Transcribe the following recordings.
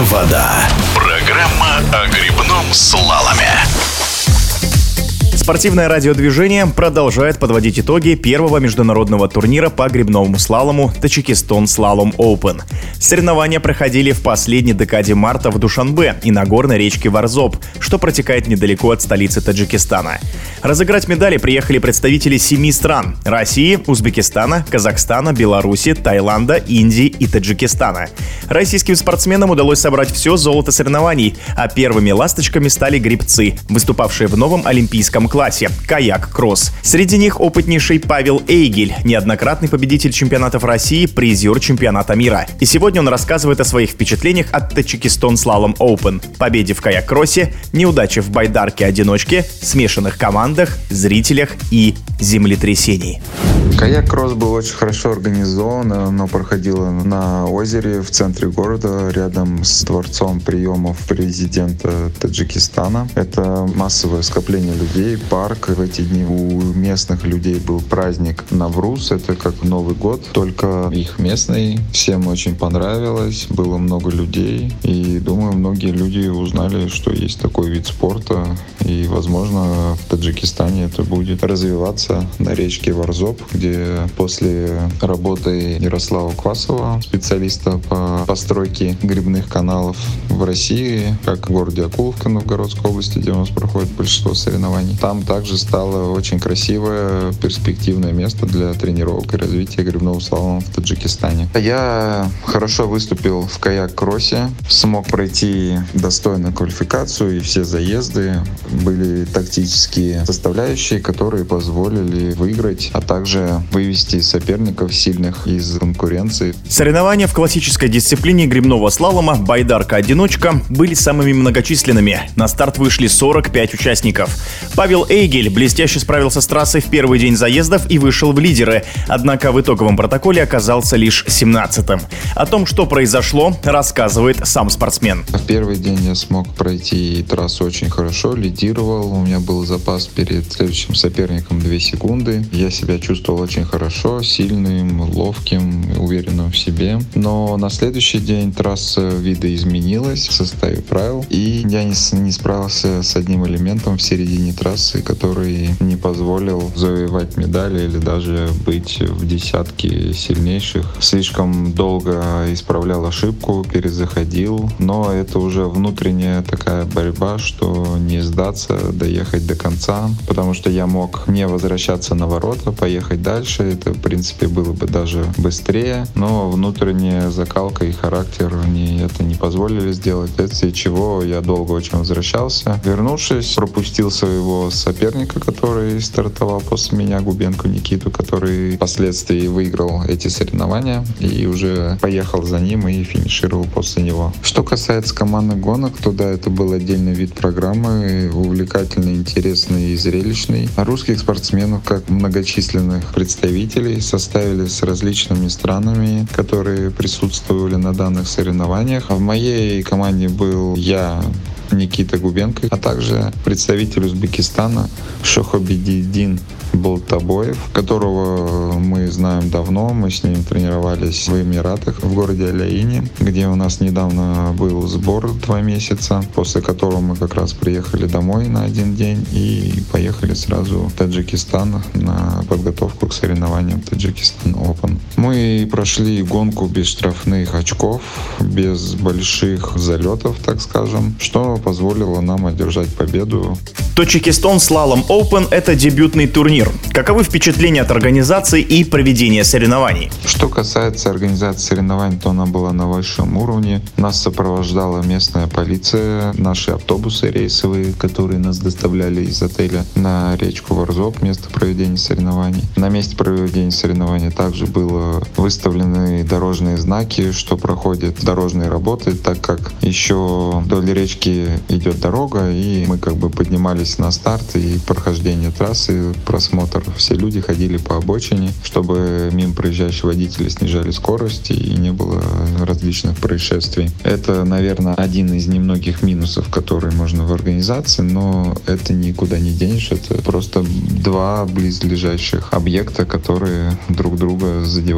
вода». Программа о гребном слаломе. Спортивное радиодвижение продолжает подводить итоги первого международного турнира по гребному слалому Таджикистан Слалом Open. Соревнования проходили в последней декаде марта в Душанбе и на горной речке Варзоб, что протекает недалеко от столицы Таджикистана. Разыграть медали приехали представители 7 стран – России, Узбекистана, Казахстана, Беларуси, Таиланда, Индии и Таджикистана. Российским спортсменам удалось собрать все золото соревнований, а первыми ласточками стали гребцы, выступавшие в новом олимпийском классе – каяк-кросс. Среди них опытнейший Павел Эйгель, неоднократный победитель чемпионатов России, призер чемпионата мира. И сегодня он рассказывает о своих впечатлениях от Таджикистан Слалом Open, победе в каяк-кроссе, неудаче в байдарке-одиночке, смешанных командах, зрителях и землетрясении. Каяк-кросс был очень хорошо организован, оно проходило на озере в центре города, рядом с дворцом приемов президента Таджикистана. Это массовое скопление людей, парк. В эти дни у местных людей был праздник Навруз, это как Новый год, только их местный. Всем очень понравилось, было много людей, и думаю, многие люди узнали, что есть такой вид спорта, и, возможно, в Таджикистане это будет развиваться на речке Варзоб, где после работы Ярослава Квасова, специалиста по постройке гребных каналов в России, как в городе Акуловка Новгородской области, где у нас проходит большинство соревнований, там также стало очень красивое, перспективное место для тренировок и развития гребного слалома в Таджикистане. Я хорошо выступил в каяк-кроссе, смог пройти достойную квалификацию, и все заезды были тактические составляющие, которые позволили выиграть, а также вывести соперников сильных из конкуренции. Соревнования в классической дисциплине гребного слалома «Байдарка-одиночка» были самыми многочисленными. На старт вышли 45 участников. Павел Эйгель блестяще справился с трассой в первый день заездов и вышел в лидеры, однако в итоговом протоколе оказался лишь 17-м. О том, что произошло, рассказывает сам спортсмен. В первый день я смог пройти трассу очень хорошо, лидировал. У меня был запас перед следующим соперником 2 секунды. Я себя чувствовал очень хорошо, сильным, ловким, уверенным в себе. Но на следующий день трасса видоизменилась в составе правил, и я не справился с одним элементом в середине трассы, который не позволил завоевать медали или даже быть в десятке сильнейших. Слишком долго исправлял ошибку, перезаходил, но это уже внутренняя такая борьба, что не сдаться, доехать до конца, потому что я мог не возвращаться на ворота, поехать дальше, это в принципе было бы даже быстрее, но внутренняя закалка и характер мне это не позволили сделать, вследствие чего я долго очень возвращался. Вернувшись, пропустил своего соперника, который стартовал после меня, Губенко Никиту, который впоследствии выиграл эти соревнования, и уже поехал за ним и финишировал после него. Что касается командных гонок, то да, это был отдельный вид программы, увлекательный, интересный и зрелищный. Русских спортсменов, как многочисленных представителей, составили с различными странами, которые присутствовали на данных соревнованиях. В моей команде был я, Никита Губенко, а также представитель Узбекистана Шохобедидин Болтабоев, которого мы знаем давно. Мы с ним тренировались в Эмиратах, в городе Аляине, где у нас недавно был сбор 2 месяца, после которого мы как раз приехали домой на 1 день и поехали сразу в Таджикистан на подготовку к соревнованиям Таджикистан Open. Мы прошли гонку без штрафных очков, без больших залетов, так скажем, что позволило нам одержать победу. Таджикистан Слалом Open – это дебютный турнир. Каковы впечатления от организации и проведения соревнований? Что касается организации соревнований, то она была на высшем уровне. Нас сопровождала местная полиция, наши автобусы рейсовые, которые нас доставляли из отеля на речку Варзоб, место проведения соревнований. На месте проведения соревнований также были выставлены дорожные знаки, что проходят дорожные работы, так как еще вдоль речки идет дорога, и мы поднимались на старт и прохождение трассы, просмотр. Все люди ходили по обочине, чтобы мимо проезжающие водители снижали скорость и не было различных происшествий. Это, наверное, один из немногих минусов, которые можно в организации, но это никуда не денешь. Это просто 2 близлежащих объекта, которые друг друга задевают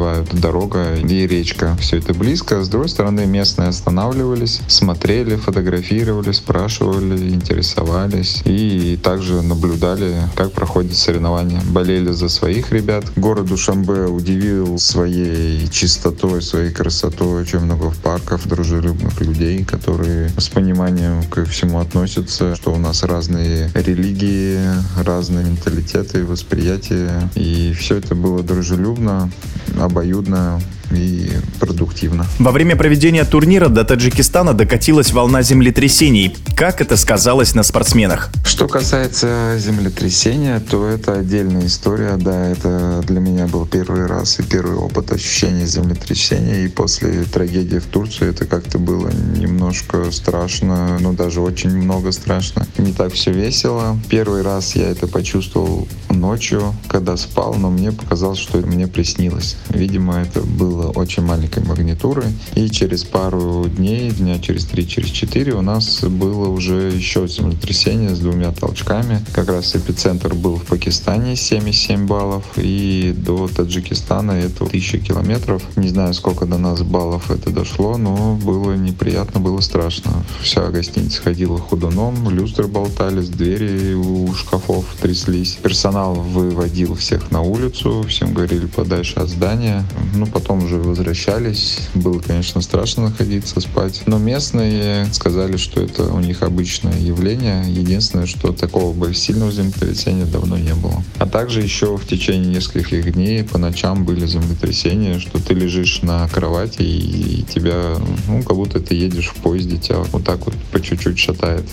называют, дорога и речка. Все это близко. С другой стороны, местные останавливались, смотрели, фотографировали, спрашивали, интересовались и также наблюдали, как проходят соревнования. Болели за своих ребят. Город Душанбе удивил своей чистотой, своей красотой. Очень много парков, дружелюбных людей, которые с пониманием ко всему относятся, что у нас разные религии, разные менталитеты, восприятия. И все это было дружелюбно, обоюдно и продуктивно. Во время проведения турнира до Таджикистана докатилась волна землетрясений. Как это сказалось на спортсменах? Что касается землетрясения, то это отдельная история. Да, это для меня был первый раз и первый опыт ощущения землетрясения. И после трагедии в Турции это как-то было немножко страшно, даже очень много страшно. Не так все весело. Первый раз я это почувствовал ночью, когда спал, но мне показалось, что мне приснилось. Видимо, это было очень маленькой магнитуры. И через пару дней, дня через 3, через 4 у нас было уже еще землетрясение с 2 толчками. Как раз эпицентр был в Пакистане, 7,7 баллов. И до Таджикистана это 1000 километров. Не знаю, сколько до нас баллов это дошло, но было неприятно, было страшно. Вся гостиница ходила ходуном, люстры болтались, двери у шкафов тряслись. Персонал выводил всех на улицу, всем говорили подальше от здания. Потом уже возвращались. Было, конечно, страшно находиться, спать. Но местные сказали, что это у них обычное явление. Единственное, что такого сильного землетрясения давно не было. А также еще в течение нескольких дней по ночам были землетрясения, что ты лежишь на кровати и тебя, как будто ты едешь в поезде, тебя вот так вот по чуть-чуть шатает.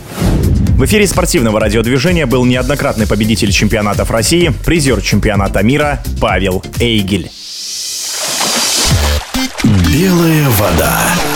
В эфире спортивного радиодвижения был неоднократный победитель чемпионатов России, призер чемпионата мира Павел Эйгель. Белая вода.